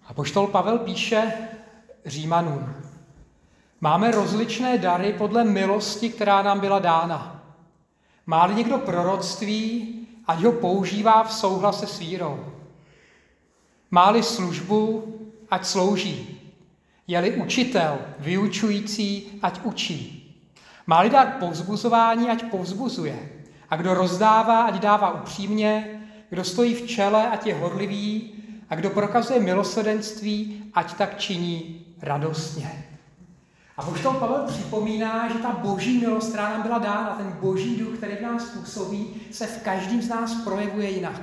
Apoštol Pavel píše Římanům: máme rozličné dary podle milosti, která nám byla dána. Má-li někdo proroctví, ať ho používá v souhlase s vírou. Má-li službu, ať slouží. Je-li učitel, vyučující, ať učí. Má-li dar povzbuzování, ať povzbuzuje. A kdo rozdává, ať dává upřímně. Kdo stojí v čele, ať je horlivý. A kdo prokazuje milosrdenství, ať tak činí radostně. A apoštol Pavel připomíná, že ta boží milost, která nám byla dána, ten boží duch, který v nás působí, se v každém z nás projevuje jinak.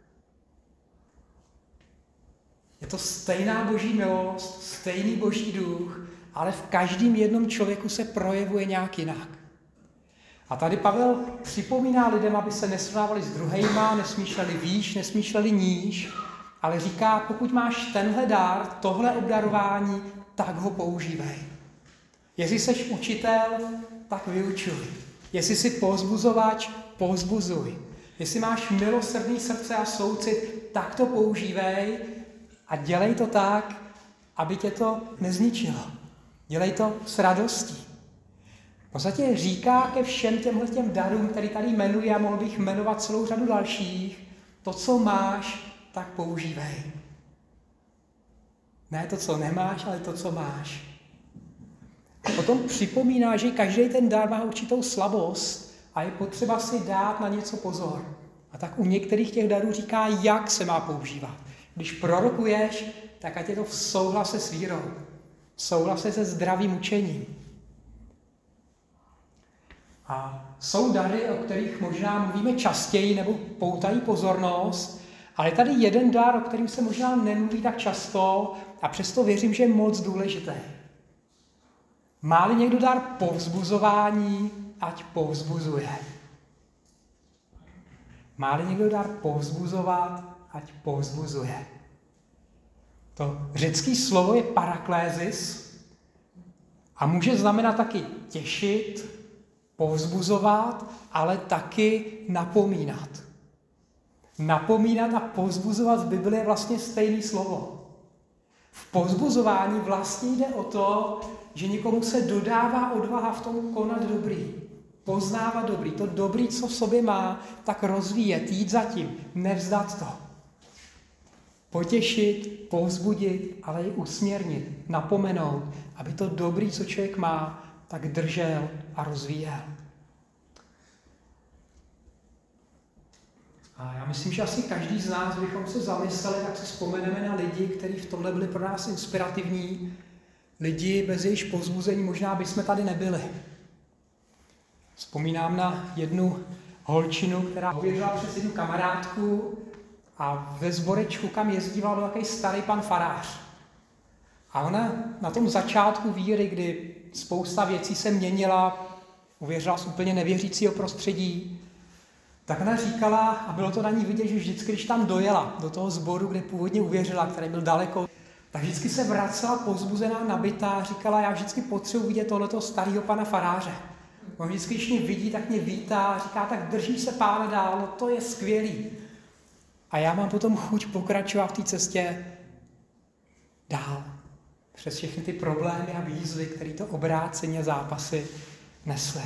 Je to stejná boží milost, stejný boží duch, ale v každém jednom člověku se projevuje nějak jinak. A tady Pavel připomíná lidem, aby se nesrovnávali s druhejma, nesmýšleli výš, nesmýšleli níž, ale říká, pokud máš tenhle dar, tohle obdarování, tak ho používej. Jestli jsi učitel, tak vyučuj. Jestli jsi povzbuzovač, povzbuzuj. Jestli máš milosrdný srdce a soucit, tak to používej a dělej to tak, aby tě to nezničilo. Dělej to s radostí. V podstatě říká ke všem těmhletěm darům, který tady jmenuje, a mohl bych jmenovat celou řadu dalších, to, co máš, tak používej. Ne to, co nemáš, ale to, co máš. A potom připomíná, že každý ten dar má určitou slabost a je potřeba si dát na něco pozor. A tak u některých těch darů říká, jak se má používat. Když prorokuješ, tak ať je to v souhlase s vírou. V souhlase se zdravým učením. A jsou dary, o kterých možná mluvíme častěji nebo poutají pozornost, ale je tady jeden dar, o kterým se možná nemluví tak často a přesto věřím, že je moc důležitý. Má-li někdo dar povzbuzování, ať povzbuzuje. Má-li někdo dar povzbuzovat, ať povzbuzuje. To řecké slovo je paraklézis a může znamenat taky těšit, povzbuzovat, ale taky napomínat. Napomínat a povzbuzovat v Bibli je vlastně stejné slovo. V povzbuzování vlastně jde o to, že někomu se dodává odvaha v tom konat dobrý, poznávat dobrý, to dobrý, co v sobě má, tak rozvíjet, jít za tím, nevzdat to. Potěšit, povzbudit, ale i usměrnit, napomenout, aby to dobrý, co člověk má, tak držel a rozvíjel. A já myslím, že asi každý z nás, kdybychom se zamysleli, tak si vzpomeneme na lidi, kteří v tomhle byli pro nás inspirativní, lidi, bez jejichž povzbuzení možná bychom tady nebyli. Vzpomínám na jednu holčinu, která uvěřila přes jednu kamarádku a ve sborečku, kam jezdívala, byl takový starý pan farář. A ona na tom začátku víry, kdy spousta věcí se měnila, uvěřila z úplně nevěřícího prostředí, tak ona říkala, a bylo to na ní vidět, že vždycky, když tam dojela do toho sboru, kde původně uvěřila, který byl daleko, tak vždycky se vracela povzbuzená, nabitá a říkala, já vždycky potřebuji vidět tohleto starého pana faráře. On vždycky, když mě vidí, tak mě vítá a říká, tak drží se pána dál, no to je skvělý. A já mám potom chuť pokračovat v té cestě dál. Přes všechny ty problémy a výzvy, které to obrácení a zápasy nesly.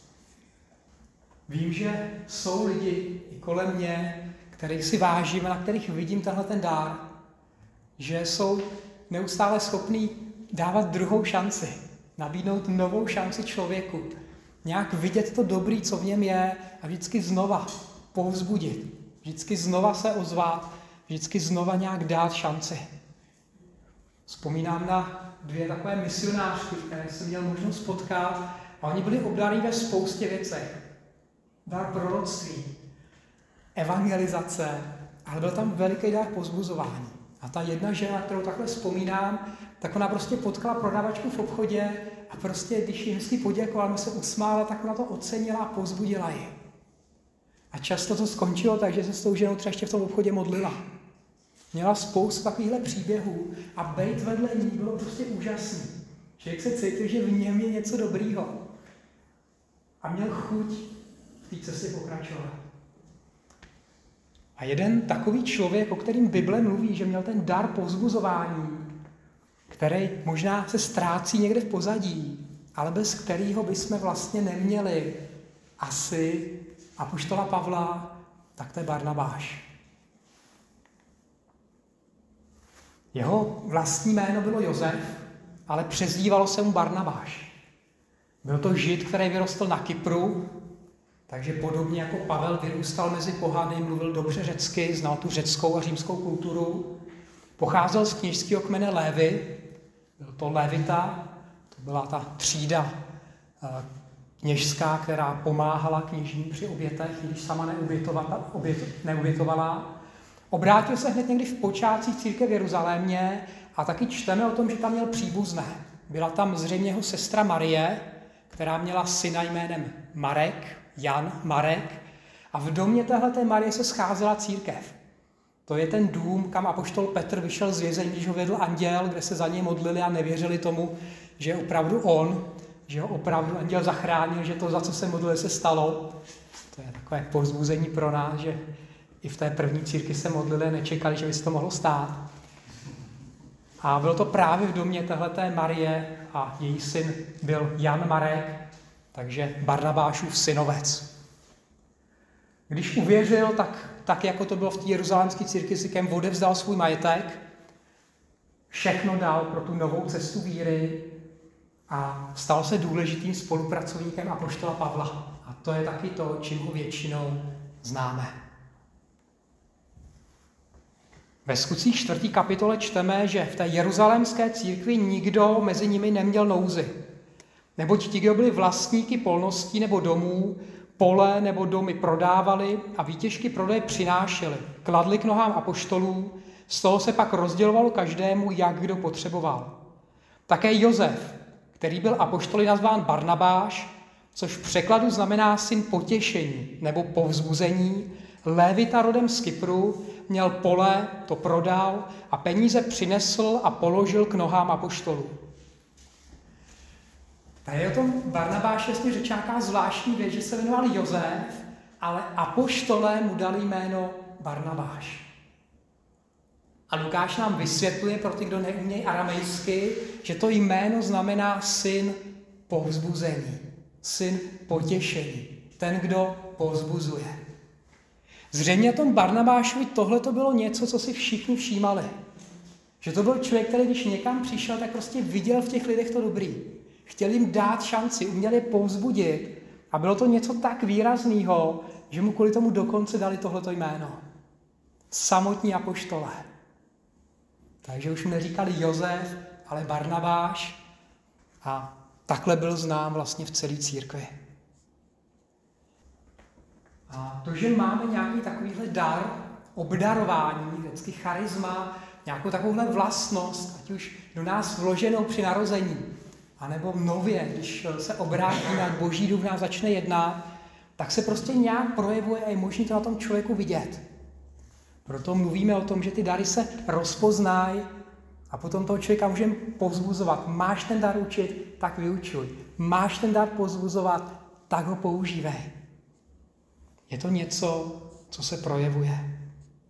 Vím, že jsou lidi i kolem mě, kterých si vážím a na kterých vidím tenhle ten dár, že jsou neustále schopní dávat druhou šanci, nabídnout novou šanci člověku, nějak vidět to dobré, co v něm je a vždycky znova povzbudit, vždycky znova se ozvat, vždycky znova nějak dát šanci. Vzpomínám na 2 takové misionářky, které jsem měl možnost potkat a oni byli obdarí ve spoustě věcech. Dar proroctví, evangelizace, ale byl tam veliký dar povzbuzování. A ta jedna žena, kterou takhle vzpomínám, tak ona prostě potkala prodavačku v obchodě a prostě, když jí hezky poděkovala, se usmála, tak ona to ocenila a povzbudila ji. A často to skončilo tak, že se s tou ženou třeba ještě v tom obchodě modlila. Měla spoustu takovýchhle příběhů a být vedle ní bylo prostě úžasný. Člověk se cítil, že v něm je něco dobrýho. A měl chuť v té cestě pokračovat. A jeden takový člověk, o kterým Bible mluví, že měl ten dar povzbuzování, který možná se ztrácí někde v pozadí, ale bez kterého bychom vlastně neměli asi apoštola Pavla, tak to je Barnabáš. Jeho vlastní jméno bylo Josef, ale přezdívalo se mu Barnabáš. Byl to Žid, který vyrostl na Kypru, takže podobně jako Pavel vyrůstal mezi pohany, mluvil dobře řecky, znal tu řeckou a římskou kulturu. Pocházel z kněžského kmene Lévy, byl to Levita, to byla ta třída kněžská, která pomáhala kněžím při obětech, když sama neobětovala. Obrátil se hned někdy v počátcích církve v Jeruzalémě a taky čteme o tom, že tam měl příbuzné. Byla tam zřejmě jeho sestra Marie, která měla syna jménem Marek, Jan Marek, a v domě téhleté Marie se scházela církev. To je ten dům, kam apoštol Petr vyšel z vězení, když ho vedl anděl, kde se za něj modlili a nevěřili tomu, že je opravdu on, že ho opravdu anděl zachránil, že to, za co se modlili, se stalo. To je takové povzbuzení pro nás, že i v té první církvi se modlili a nečekali, že by se to mohlo stát. A bylo to právě v domě téhleté Marie a její syn byl Jan Marek, takže Barnabášův synovec. Když uvěřil, tak jako to bylo v té jeruzalémské církvi, zvykem odevzdal svůj majetek, všechno dal pro tu novou cestu víry a stal se důležitým spolupracovníkem apoštola Pavla. A to je taky to, čím ho většinou známe. Ve Skutcích 4. kapitole čteme, že v té jeruzalémské církvi nikdo mezi nimi neměl nouzi. Neboť ti, kdo byli vlastníky polností nebo domů, pole nebo domy prodávali a výtěžky prodeje přinášeli, kladli k nohám apoštolů, z toho se pak rozdělovalo každému, jak kdo potřeboval. Také Josef, který byl apoštoly nazván Barnabáš, což v překladu znamená syn potěšení nebo povzbuzení, Lévita rodem z Kypru, měl pole, to prodal a peníze přinesl a položil k nohám apoštolů. Tady je o tom Barnabáš jasně řeč nějaká zvláštní věc, že se jmenoval Josef, ale apoštolé mu dali jméno Barnabáš. A Lukáš nám vysvětluje pro ty, kdo neumějí aramejsky, že to jméno znamená syn povzbuzení, syn potěšení, ten, kdo povzbuzuje. Zřejmě tom Barnabášovi tohle to bylo něco, co si všichni všímali. Že to byl člověk, který když někam přišel, tak prostě viděl v těch lidech to dobrý. Chtěl jim dát šanci, uměl je povzbudit a bylo to něco tak výrazného, že mu kvůli tomu dokonce dali tohleto jméno. Samotní apoštolé. Takže už mu neříkali Josef, ale Barnabáš a takhle byl znám vlastně v celé církvi. A to, že máme nějaký takovýhle dar, obdarování, vždycky charisma, nějakou takovouhle vlastnost, ať už do nás vloženou při narození, anebo nově, když se obrátíme a Boží duch nás začne jednat, tak se prostě nějak projevuje a je možné to na tom člověku vidět. Proto mluvíme o tom, že ty dary se rozpoznají a potom toho člověka můžeme povzbuzovat. Máš ten dar učit, tak vyučuj. Máš ten dar povzbuzovat, tak ho používej. Je to něco, co se projevuje.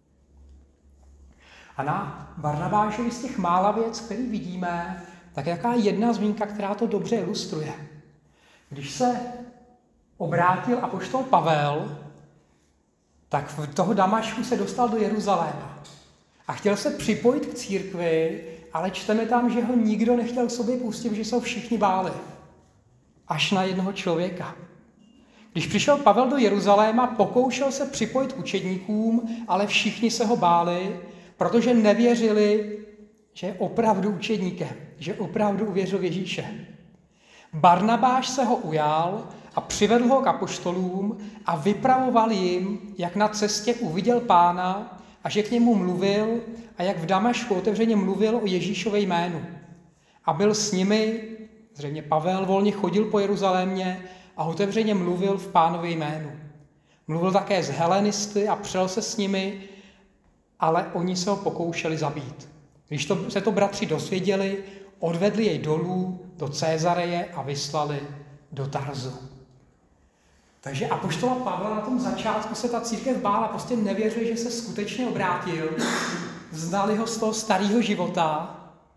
A na Barnabášovi z těch mála věc, který vidíme, tak jaká jedna zmínka, která to dobře ilustruje. Když se obrátil apoštol Pavel, tak v toho Damašku se dostal do Jeruzaléma. A chtěl se připojit k církvi, ale čteme tam, že ho nikdo nechtěl k sobě pustit, že se ho všichni báli. Až na jednoho člověka. Když přišel Pavel do Jeruzaléma, pokoušel se připojit k učedníkům, ale všichni se ho báli, protože nevěřili, že je opravdu učedníkem, že opravdu uvěřil v Ježíše. Barnabáš se ho ujal a přivedl ho k apoštolům a vypravoval jim, jak na cestě uviděl Pána a že k němu mluvil a jak v Damašku otevřeně mluvil o Ježíšově jménu. A byl s nimi, zřejmě Pavel volně chodil po Jeruzalémě a otevřeně mluvil v Pánově jménu. Mluvil také s helenisty a přel se s nimi, ale oni se ho pokoušeli zabít. Když se to bratři dozvěděli, odvedli jej dolů do Cézareje a vyslali do Tarzu. Takže apoštola Pavla na tom začátku se ta církev bála, prostě nevěřili, že se skutečně obrátil, znali ho z toho starého života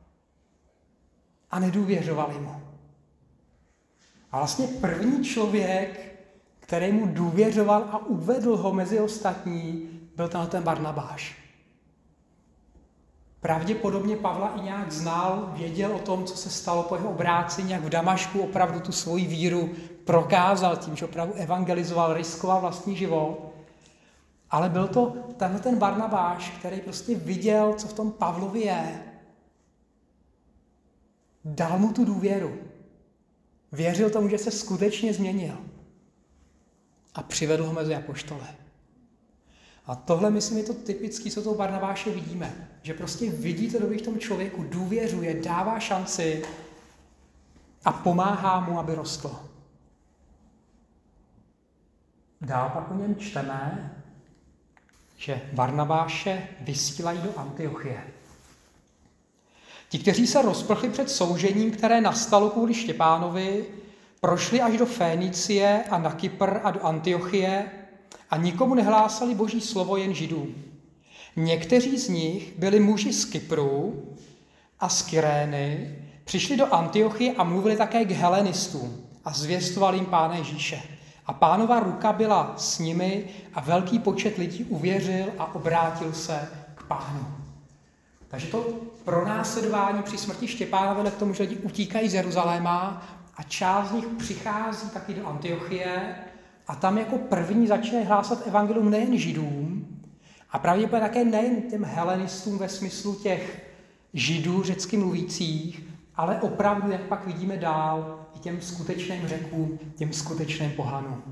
a nedůvěřovali mu. A vlastně první člověk, který mu důvěřoval a uvedl ho mezi ostatní, byl ten Barnabáš. Pravděpodobně Pavla i nějak znal, věděl o tom, co se stalo po jeho obrácení, jak v Damašku opravdu tu svoji víru prokázal tím, že opravdu evangelizoval, riskoval vlastní život. Ale byl to ten Barnabáš, který prostě viděl, co v tom Pavlovi je. Dal mu tu důvěru. Věřil tomu, že se skutečně změnil. A přivedl ho mezi apoštoly. A tohle, myslím, je to typický, co toho Barnabáše vidíme. Že prostě vidí to dobrý v tom člověku, důvěřuje, dává šanci a pomáhá mu, aby rostl. Dál pak o něm čteme, že Barnabáše vysílají do Antiochie. Ti, kteří se rozprchli před soužením, které nastalo kvůli Štěpánovi, prošli až do Fénicie a na Kypr a do Antiochie a nikomu nehlásali Boží slovo, jen Židům. Někteří z nich byli muži z Kypru a z Kyrény, přišli do Antiochie a mluvili také k helenistům a zvěstovali jim Pána Ježíše. A Pánova ruka byla s nimi a velký počet lidí uvěřil a obrátil se k Pánu. Takže to pronásledování při smrti Štěpána vede k tomu, že lidi utíkají z Jeruzaléma a část z nich přichází taky do Antiochie a tam jako první začne hlásat evangelium nejen Židům a pravděpodobně také nejen těm helenistům ve smyslu těch Židů řecky mluvících, ale opravdu, jak pak vidíme dál, i těm skutečným Řekům, těm skutečným pohanům.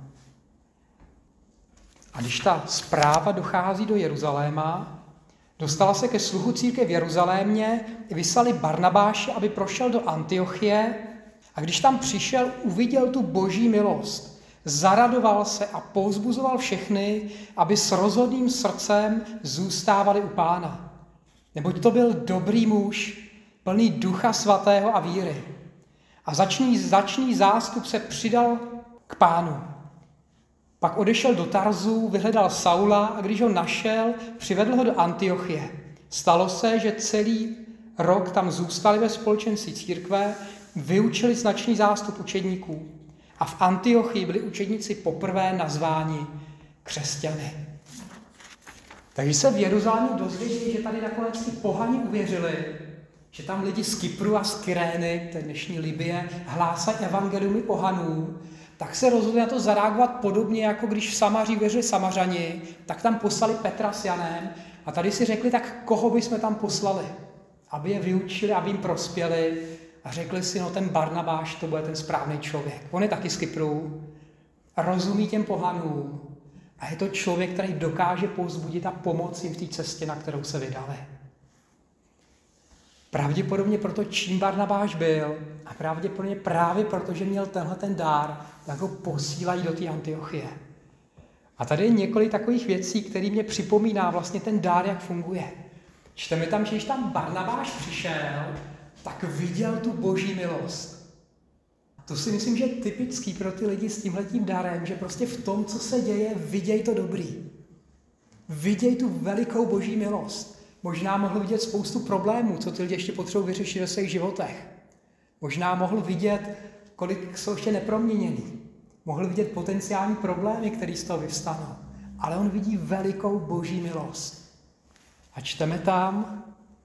A když ta zpráva dochází do Jeruzaléma, dostala se ke sluchu církve v Jeruzalémě, vyslali Barnabáše, aby prošel do Antiochie a když tam přišel, uviděl tu Boží milost. Zaradoval se a povzbuzoval všechny, aby s rozhodným srdcem zůstávali u Pána. Neboť to byl dobrý muž, plný Ducha Svatého a víry. A začný zástup se přidal k Pánu. Pak odešel do Tarzu, vyhledal Saula a když ho našel, přivedl ho do Antiochie. Stalo se, že celý rok tam zůstali ve společenství církve, vyučili značný zástup učedníků a v Antiochii byli učedníci poprvé nazváni křesťany. Takže se v Jeruzalémě dozvěděli, že tady nakonec ty pohani uvěřili, že tam lidi z Kypru a z Kyrény, to je dnešní Libye, hlásají evangelium pohanů, tak se rozhodli na to zareagovat podobně, jako když v Samaří uvěřili Samařani, tak tam poslali Petra s Janem a tady si řekli, tak koho bychom tam poslali, aby je vyučili, aby jim prospěli a řekli si, no ten Barnabáš, to bude ten správný člověk. On je taky z Kypru, rozumí těm pohanům a je to člověk, který dokáže povzbudit a pomoct jim v té cestě, na kterou se vydali. Pravděpodobně proto, čím Barnabáš byl a pravděpodobně právě proto, že měl tenhle ten dár, tak ho posílají do té Antiochie. A tady je několik takových věcí, které mě připomíná vlastně ten dár, jak funguje. Čteme tam, že když tam Barnabáš přišel, tak viděl tu Boží milost. To si myslím, že je typický pro ty lidi s tímhletím darem, že prostě v tom, co se děje, viděj to dobrý. Viděj tu velikou Boží milost. Možná mohl vidět spoustu problémů, co ty lidi ještě potřebují vyřešit ve svých životech. Možná mohl vidět, kolik jsou ještě neproměněný. Mohl vidět potenciální problémy, které z toho vyvstanou. Ale on vidí velikou Boží milost. A čteme tam,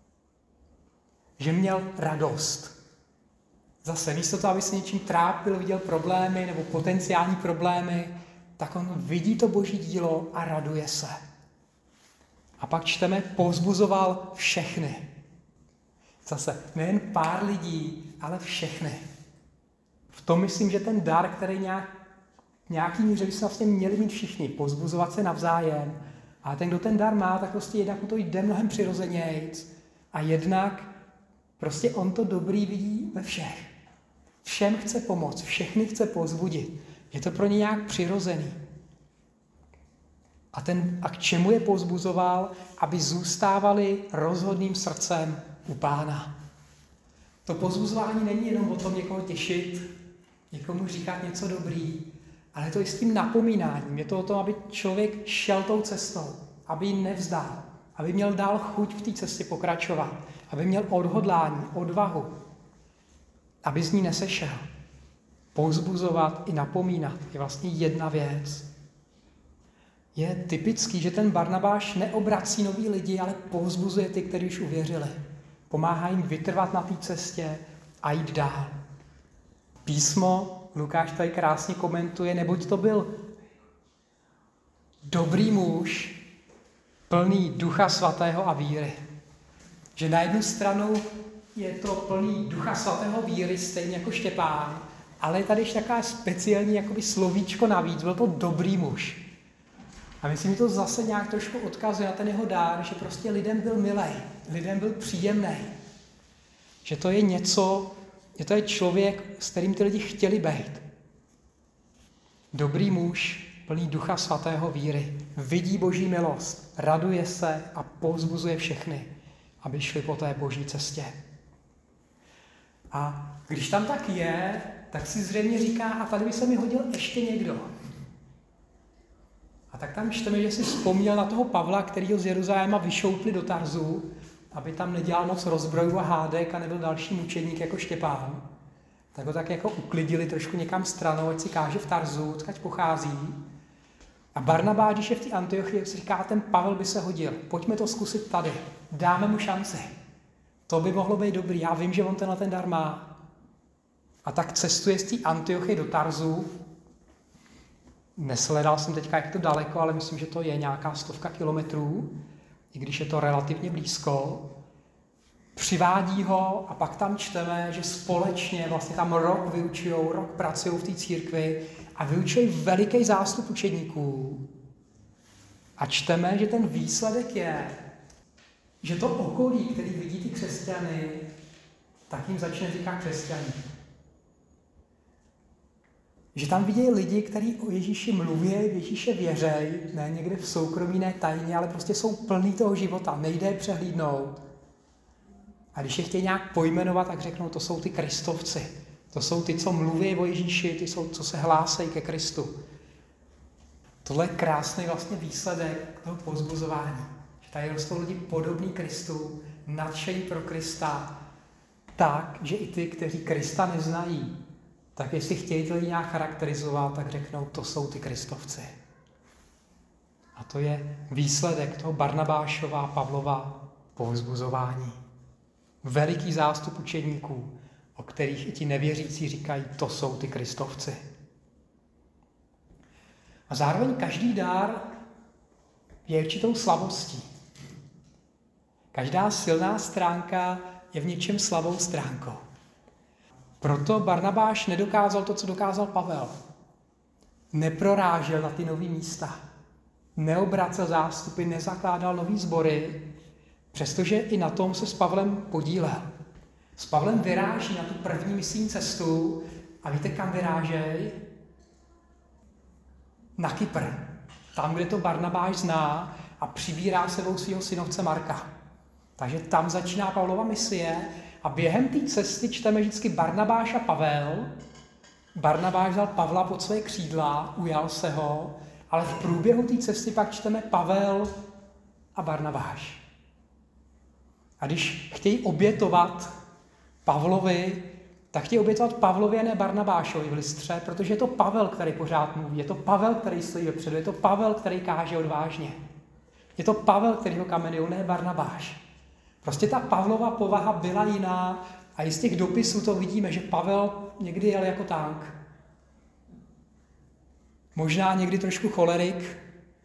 že měl radost. Zase místo toho, aby se něčím trápil, viděl problémy nebo potenciální problémy, tak on vidí to Boží dílo a raduje se. A pak čteme, povzbuzoval všechny. Zase nejen pár lidí, ale všechny. V tom myslím, že ten dar, který nějaký míře by se vlastně měli mít všichni, povzbuzovat se navzájem. A ten, kdo ten dar má, tak prostě jednak mu to jde mnohem přirozenějc. A jednak prostě on to dobrý vidí ve všech. Všem chce pomoct, všechny chce povzbudit. Je to pro ně nějak přirozený. A k čemu je povzbuzoval? Aby zůstávali rozhodným srdcem u Pána. To povzbuzování není jenom o tom někoho těšit, někomu říkat něco dobrý, ale je to i s tím napomínáním. Je to o tom, aby člověk šel tou cestou, aby ji nevzdál, aby měl dál chuť v té cestě pokračovat, aby měl odhodlání, odvahu, aby z ní nesešel. Povzbuzovat i napomínat je vlastně jedna věc. Je typický, že ten Barnabáš neobrací nový lidi, ale povzbuzuje ty, kteří už uvěřili. Pomáhá jim vytrvat na té cestě a jít dál. Písmo Lukáš tady krásně komentuje, neboť to byl dobrý muž, plný Ducha Svatého a víry. Že na jednu stranu je to plný Ducha Svatého víry, stejně jako Štěpán, ale je tady ještě taková speciální jakoby slovíčko navíc, byl to dobrý muž. A myslím, že to zase nějak trošku odkazuje na ten jeho dár, že prostě lidem byl milej, lidem byl příjemný. Že to je něco, že to je člověk, s kterým ty lidi chtěli být. Dobrý muž, plný Ducha Svatého víry, vidí Boží milost, raduje se a povzbuzuje všechny, aby šli po té Boží cestě. A když tam tak je, tak si zřejmě říká, a tady by se mi hodil ještě někdo. A tak tam čteme, že si vzpomněl na toho Pavla, kterýho z Jeruzaléma vyšoupli do Tarzu, aby tam nedělal moc rozbrojů a hádek a nebyl další mučedník jako Štěpán. Tak ho tak jako uklidili trošku někam stranou, ať si káže v Tarzu, odkud pochází. A Barnabáš, když je v té Antiochii, si říká, ten Pavel by se hodil, pojďme to zkusit tady, dáme mu šanci. To by mohlo být dobrý, já vím, že on ten dar má. A tak cestuje z té Antiochie do Tarzu. Nesledal jsem teďka, jak to daleko, ale myslím, že to je nějaká 100 kilometrů, i když je to relativně blízko. Přivádí ho a pak tam čteme, že společně vlastně tam rok vyučujou, rok pracují v té církvi a vyučují veliký zástup učedníků. A čteme, že ten výsledek je, že to okolí, který vidí ty křesťany, tak jim začne říkat křesťaní. Že tam vidějí lidi, kteří o Ježíši mluví, v Ježíše věří, ne někde v soukromí, ne tajně, ale prostě jsou plný toho života, nejde je přehlídnout. A když je chtějí nějak pojmenovat, tak řeknou, to jsou ty kristovci. To jsou ty, co mluví o Ježíši, ty jsou, co se hlásají ke Kristu. Tohle je krásný vlastně výsledek toho povzbuzování. Že tady rostou lidi podobní Kristu, nadšení pro Krista, tak, že i ty, kteří Krista neznají, tak jestli chtějí to nějak charakterizovat, tak řeknou, to jsou ty kristovci. A to je výsledek toho Barnabášova a Pavlova povzbuzování. Veliký zástup učedníků, o kterých i ti nevěřící říkají, to jsou ty kristovci. A zároveň každý dar je určitou slabostí. Každá silná stránka je v něčem slabou stránkou. Proto Barnabáš nedokázal to, co dokázal Pavel. Neprorážel na ty nový místa. Neobracel zástupy, nezakládal nový sbory, přestože i na tom se s Pavlem podílel. S Pavlem vyráží na tu první misijní cestu a víte, kam vyrážej? Na Kypr. Tam, kde to Barnabáš zná a přibírá sebou svého synovce Marka. Takže tam začíná Pavlova misie a během té cesty čteme vždycky Barnabáš a Pavel. Barnabáš vzal Pavla pod své křídla, ujal se ho, ale v průběhu té cesty pak čteme Pavel a Barnabáš. A když chtějí obětovat Pavlovi, tak chtějí obětovat Pavlovi a ne Barnabášovi v Lystře, protože je to Pavel, který pořád mluví, je to Pavel, který stojí vepředu, je to Pavel, který káže odvážně. Je to Pavel, který ho kamenuje, ne Barnabáš. Prostě ta Pavlova povaha byla jiná a i z těch dopisů to vidíme, že Pavel někdy jel jako tank. Možná někdy trošku cholerik,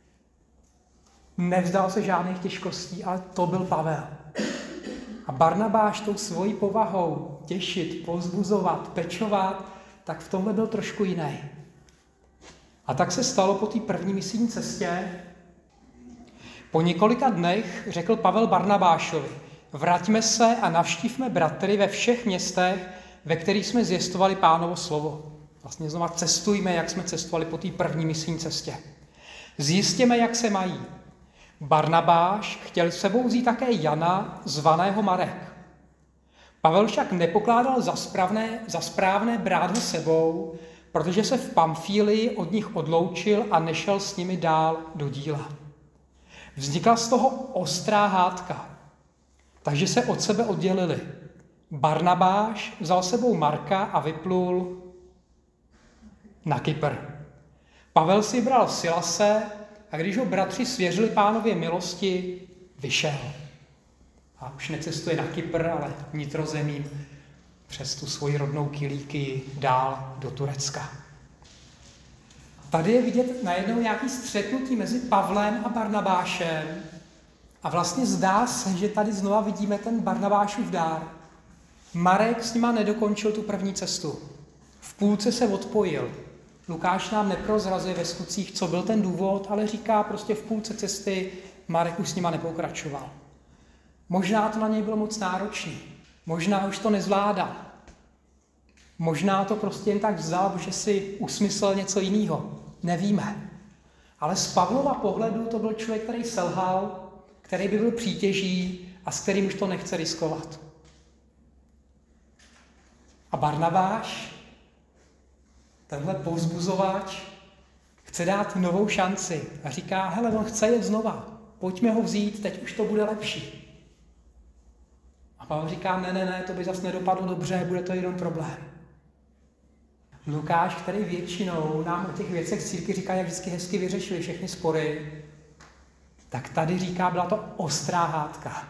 nevzdal se žádných těžkostí, ale to byl Pavel. A Barnabáš tou svojí povahou těšit, povzbuzovat, pečovat, tak v tomhle byl trošku jiný. A tak se stalo po té první misijní cestě. Po několika dnech řekl Pavel Barnabášovi, vraťme se a navštívme bratry ve všech městech, ve kterých jsme zvěstovali Pánovo slovo. Vlastně znova cestujme, jak jsme cestovali po té první misijní cestě. Zjistěme, jak se mají. Barnabáš chtěl s sebou vzít také Jana, zvaného Marek. Pavel však nepokládal za správné brát ho sebou, protože se v Pamfílii od nich odloučil a nešel s nimi dál do díla. Vznikla z toho ostrá hádka, takže se od sebe oddělili. Barnabáš vzal sebou Marka a vyplul na Kypr. Pavel si bral Silase a když ho bratři svěřili Pánově milosti, vyšel. A už necestuje na Kypr, ale vnitrozemím přes tu svoji rodnou Kilíky dál do Turecka. Tady je vidět najednou nějaký střetnutí mezi Pavlem a Barnabášem a vlastně zdá se, že tady znova vidíme ten Barnabášův dár. Marek s nima nedokončil tu první cestu. V půlce se odpojil. Lukáš nám neprozrazuje ve skutcích, co byl ten důvod, ale říká prostě v půlce cesty Marek už s nima nepokračoval. Možná to na něj bylo moc náročný. Možná už to nezvládal. Možná to prostě jen tak vzal, že si usmyslel něco jiného. Nevíme. Ale z Pavlova pohledu to byl člověk, který selhal, který by byl přítěží a s kterým už to nechce riskovat. A Barnabáš, tenhle povzbuzovač, chce dát novou šanci a říká, hele, on chce jet znova, pojďme ho vzít, teď už to bude lepší. A Pavel říká, ne, to by zase nedopadlo dobře, bude to jenom problém. Lukáš, který většinou nám o těch věcech z církvi říká, jak vždycky hezky vyřešili všechny spory, tak tady říká, byla to ostrá hádka.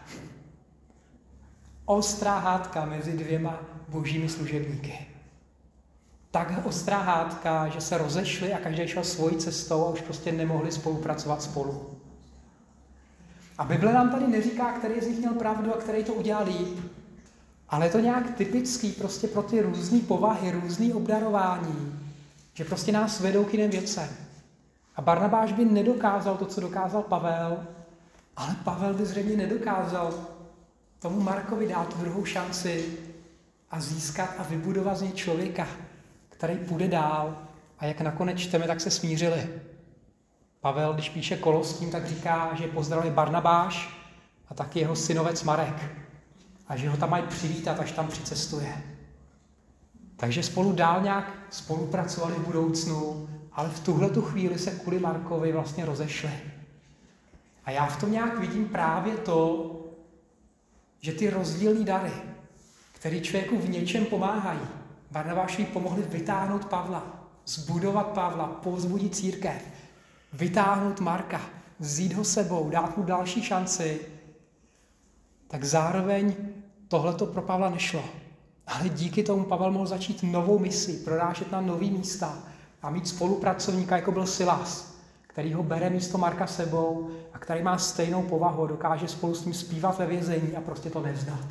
Ostrá hádka mezi dvěma božími služebníky. Tak ostrá hádka, že se rozešli a každý šel svojí cestou a už prostě nemohli spolupracovat spolu. A Bible nám tady neříká, který z nich měl pravdu a který to udělal líp. Ale je to nějak typický prostě pro ty různé povahy, různé obdarování, že prostě nás vedou k jiným věcem. A Barnabáš by nedokázal to, co dokázal Pavel, ale Pavel by zřejmě nedokázal tomu Markovi dát tu druhou šanci a získat a vybudovat z něj člověka, který půjde dál a jak nakonec čteme, tak se smířili. Pavel, když píše Koloským, tak říká, že pozdravuje Barnabáš a taky jeho synovec Marek a že ho tam mají přivítat, až tam přicestuje. Takže spolu dál nějak spolupracovali v budoucnu, ale v tuhletu chvíli se kvůli Markovi vlastně rozešli. A já v tom nějak vidím právě to, že ty rozdílné dary, které člověku v něčem pomáhají, Barnabášovi pomohli vytáhnout Pavla, zbudovat Pavla, povzbudit církev, vytáhnout Marka, vzít ho sebou, dát mu další šanci, tak zároveň tohleto pro Pavla nešlo. Ale díky tomu Pavel mohl začít novou misi, prorážet na nový místa a mít spolupracovníka, jako byl Silas, který ho bere místo Marka sebou a který má stejnou povahu, dokáže spolu s ním zpívat ve vězení a prostě to nevzdát.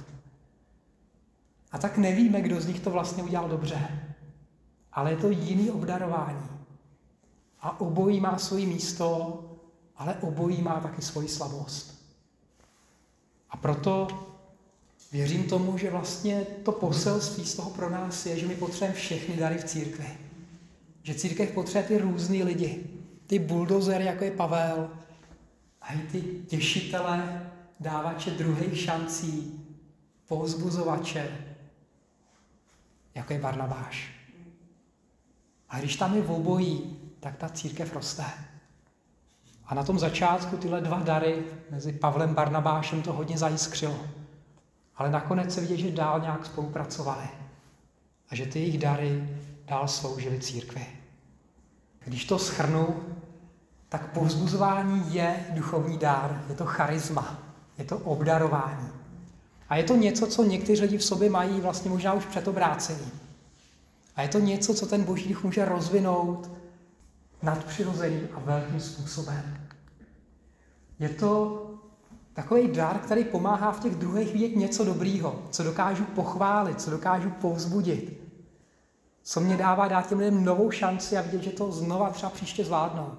A tak nevíme, kdo z nich to vlastně udělal dobře. Ale je to jiný obdarování. A obojí má svoje místo, ale obojí má taky svoji slabost. A proto věřím tomu, že vlastně to poselství z toho pro nás je, že my potřebujeme všechny dary v církvi. Že církev potřebuje ty různý lidi. Ty buldozery, jako je Pavel, a i ty těšitele, dávače druhých šancí, povzbuzovače, jako je Barnabáš. A když tam je obojí, tak ta církev roste. A na tom začátku tyhle dva dary mezi Pavlem a Barnabášem to hodně zajiskřilo. Ale nakonec se vidět, že dál nějak spolupracovali. A že ty jejich dary dál sloužily církvi. Když to shrnu, tak povzbuzování je duchovní dár, je to charisma, je to obdarování. A je to něco, co někteří lidi v sobě mají vlastně možná už před obrácením. A je to něco, co ten Boží duch může rozvinout nadpřirozeným a velkým způsobem. Je to takový dar, který pomáhá v těch druhých vidět něco dobrýho, co dokážu pochválit, co dokážu povzbudit, co mě dává dát těm lidem novou šanci a vidět, že to znova třeba příště zvládnou.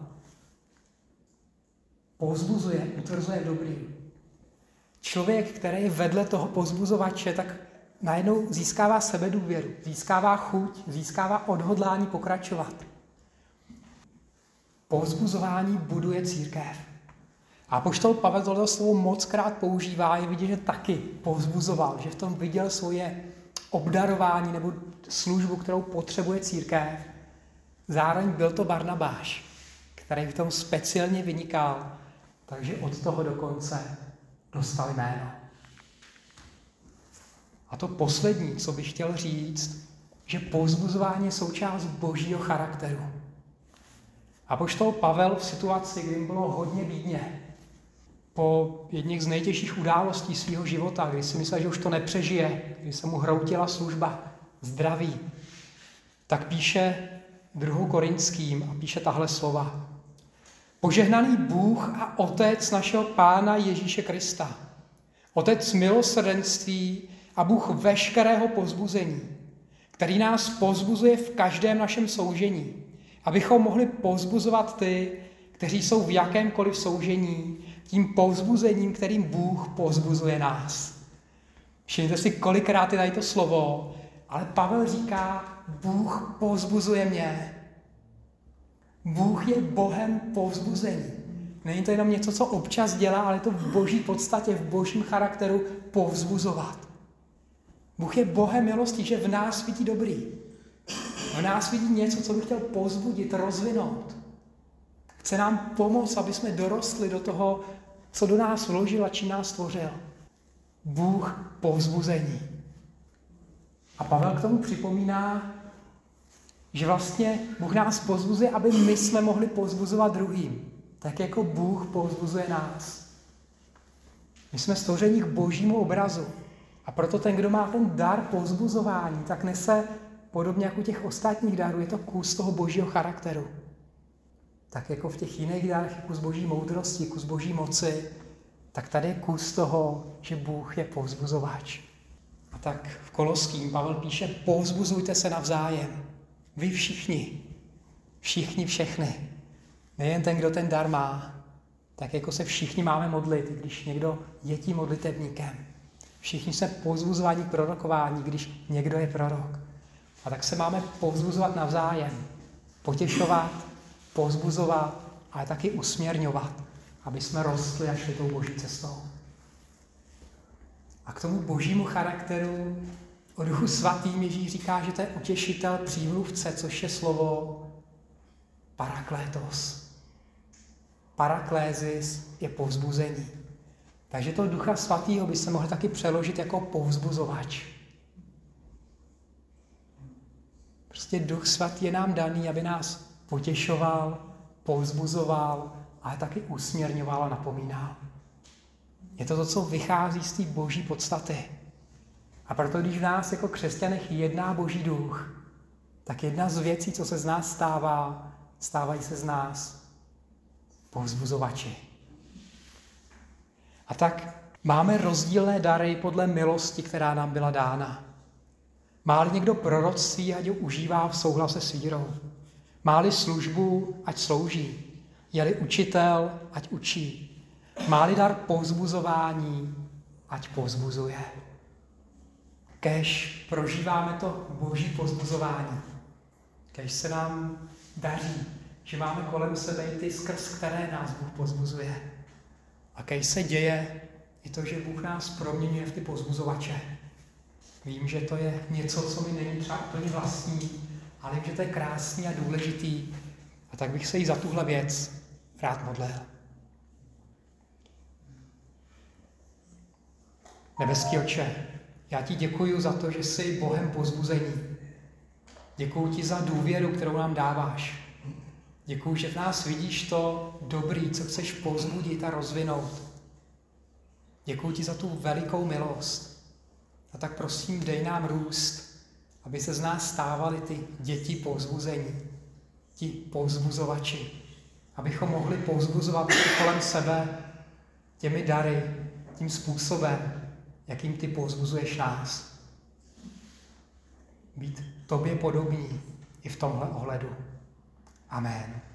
Povzbuzuje, utvrzuje v dobrým. Člověk, který je vedle toho povzbuzovače, tak najednou získává sebedůvěru, získává chuť, získává odhodlání pokračovat. Povzbuzování buduje církev. A apoštol Pavel tohle slovo mockrát používá, je vidět, že taky povzbuzoval, že v tom viděl svoje obdarování nebo službu, kterou potřebuje církev. zároveň byl to Barnabáš, který v tom speciálně vynikal, takže od toho dokonce dostal jméno. A to poslední, co bych chtěl říct, že povzbuzování je součást božího charakteru. Apoštol Pavel v situaci, kdy jim bylo hodně bídně, po jedných z nejtěžších událostí svého života, kdy si myslel, že už to nepřežije, kdy se mu hroutila služba, zdraví, tak píše 2. Korinským a píše tahle slova. Požehnaný Bůh a Otec našeho Pána Ježíše Krista, Otec milosrdenství a Bůh veškerého povzbuzení, který nás povzbuzuje v každém našem soužení, abychom mohli povzbuzovat ty, kteří jsou v jakémkoliv soužení, tím povzbuzením, kterým Bůh povzbuzuje nás. Všimněte si, kolikrát je tady to slovo, ale Pavel říká, Bůh povzbuzuje mě. Bůh je Bohem povzbuzení. Není to jenom něco, co občas dělá, ale je to v boží podstatě, v božím charakteru povzbuzovat. Bůh je Bohem milostí, že v nás vidí dobrý. V nás vidí něco, co by chtěl povzbudit, rozvinout. Chce nám pomoct, aby jsme dorostli do toho, co do nás vložil a čím nás stvořil. Bůh povzbuzení. A Pavel k tomu připomíná, že vlastně Bůh nás povzbuzuje, aby my jsme mohli povzbuzovat druhým. Tak jako Bůh povzbuzuje nás. My jsme stvoření k božímu obrazu. A proto ten, kdo má ten dar povzbuzování, tak nese podobně jako těch ostatních darů, je to kus toho božího charakteru. Tak jako v těch jiných darech je kus boží moudrosti, kus boží moci, tak tady je kus toho, že Bůh je povzbuzovač. A tak v Koloským Pavel píše, povzbuzujte se navzájem. Vy všichni. Všichni všechny. Nejen ten, kdo ten dar má, tak jako se všichni máme modlit, když někdo je tím modlitebníkem. Všichni jsme povzbuzováni k prorokování, když někdo je prorok. A tak se máme povzbuzovat navzájem. Potěšovat, povzbuzovat, ale taky usměrňovat, aby jsme rostli a šli tou boží cestou. A k tomu božímu charakteru o Duchu Svatým Ježíš říká, že to je utěšitel, přímluvce, což je slovo paraklétos. Paraklézis je povzbuzení. Takže to Ducha Svatého by se mohl taky přeložit jako povzbuzovač. Prostě Duch Svatý je nám daný, aby nás potěšoval, povzbuzoval, ale taky usměrňoval a napomínal. Je to, co vychází z té boží podstaty. A proto, když v nás jako křesťanech jedná boží duch, tak jedna z věcí, co se z nás stává, stávají se z nás povzbuzovači. A tak máme rozdílné dary podle milosti, která nám byla dána. Má-li někdo proroctví, ať ho užívá v souhlase s vírou. Má-li službu, ať slouží. Je-li učitel, ať učí. Má-li dar povzbuzování, ať povzbuzuje. Kéž prožíváme to boží povzbuzování. Kéž se nám daří, že máme kolem sebe i ty, skrz které nás Bůh povzbuzuje. A kéž se děje i to, že Bůh nás proměňuje v ty povzbuzovače. Vím, že to je něco, co mi není třeba úplně vlastní, ale vím, že to je krásný a důležitý. A tak bych se jí za tuhle věc rád modlil. Nebeský Otče, já ti děkuji za to, že jsi Bohem povzbuzení. Děkuji ti za důvěru, kterou nám dáváš. Děkuji, že v nás vidíš to dobrý, co chceš povzbudit a rozvinout. Děkuji ti za tu velikou milost. A tak prosím, dej nám růst, aby se z nás stávaly ty děti povzbuzení, ti povzbuzovači, abychom mohli povzbuzovat kolem sebe těmi dary, tím způsobem, jakým ty povzbuzuješ nás. Být tobě podobní i v tomhle ohledu. Amen.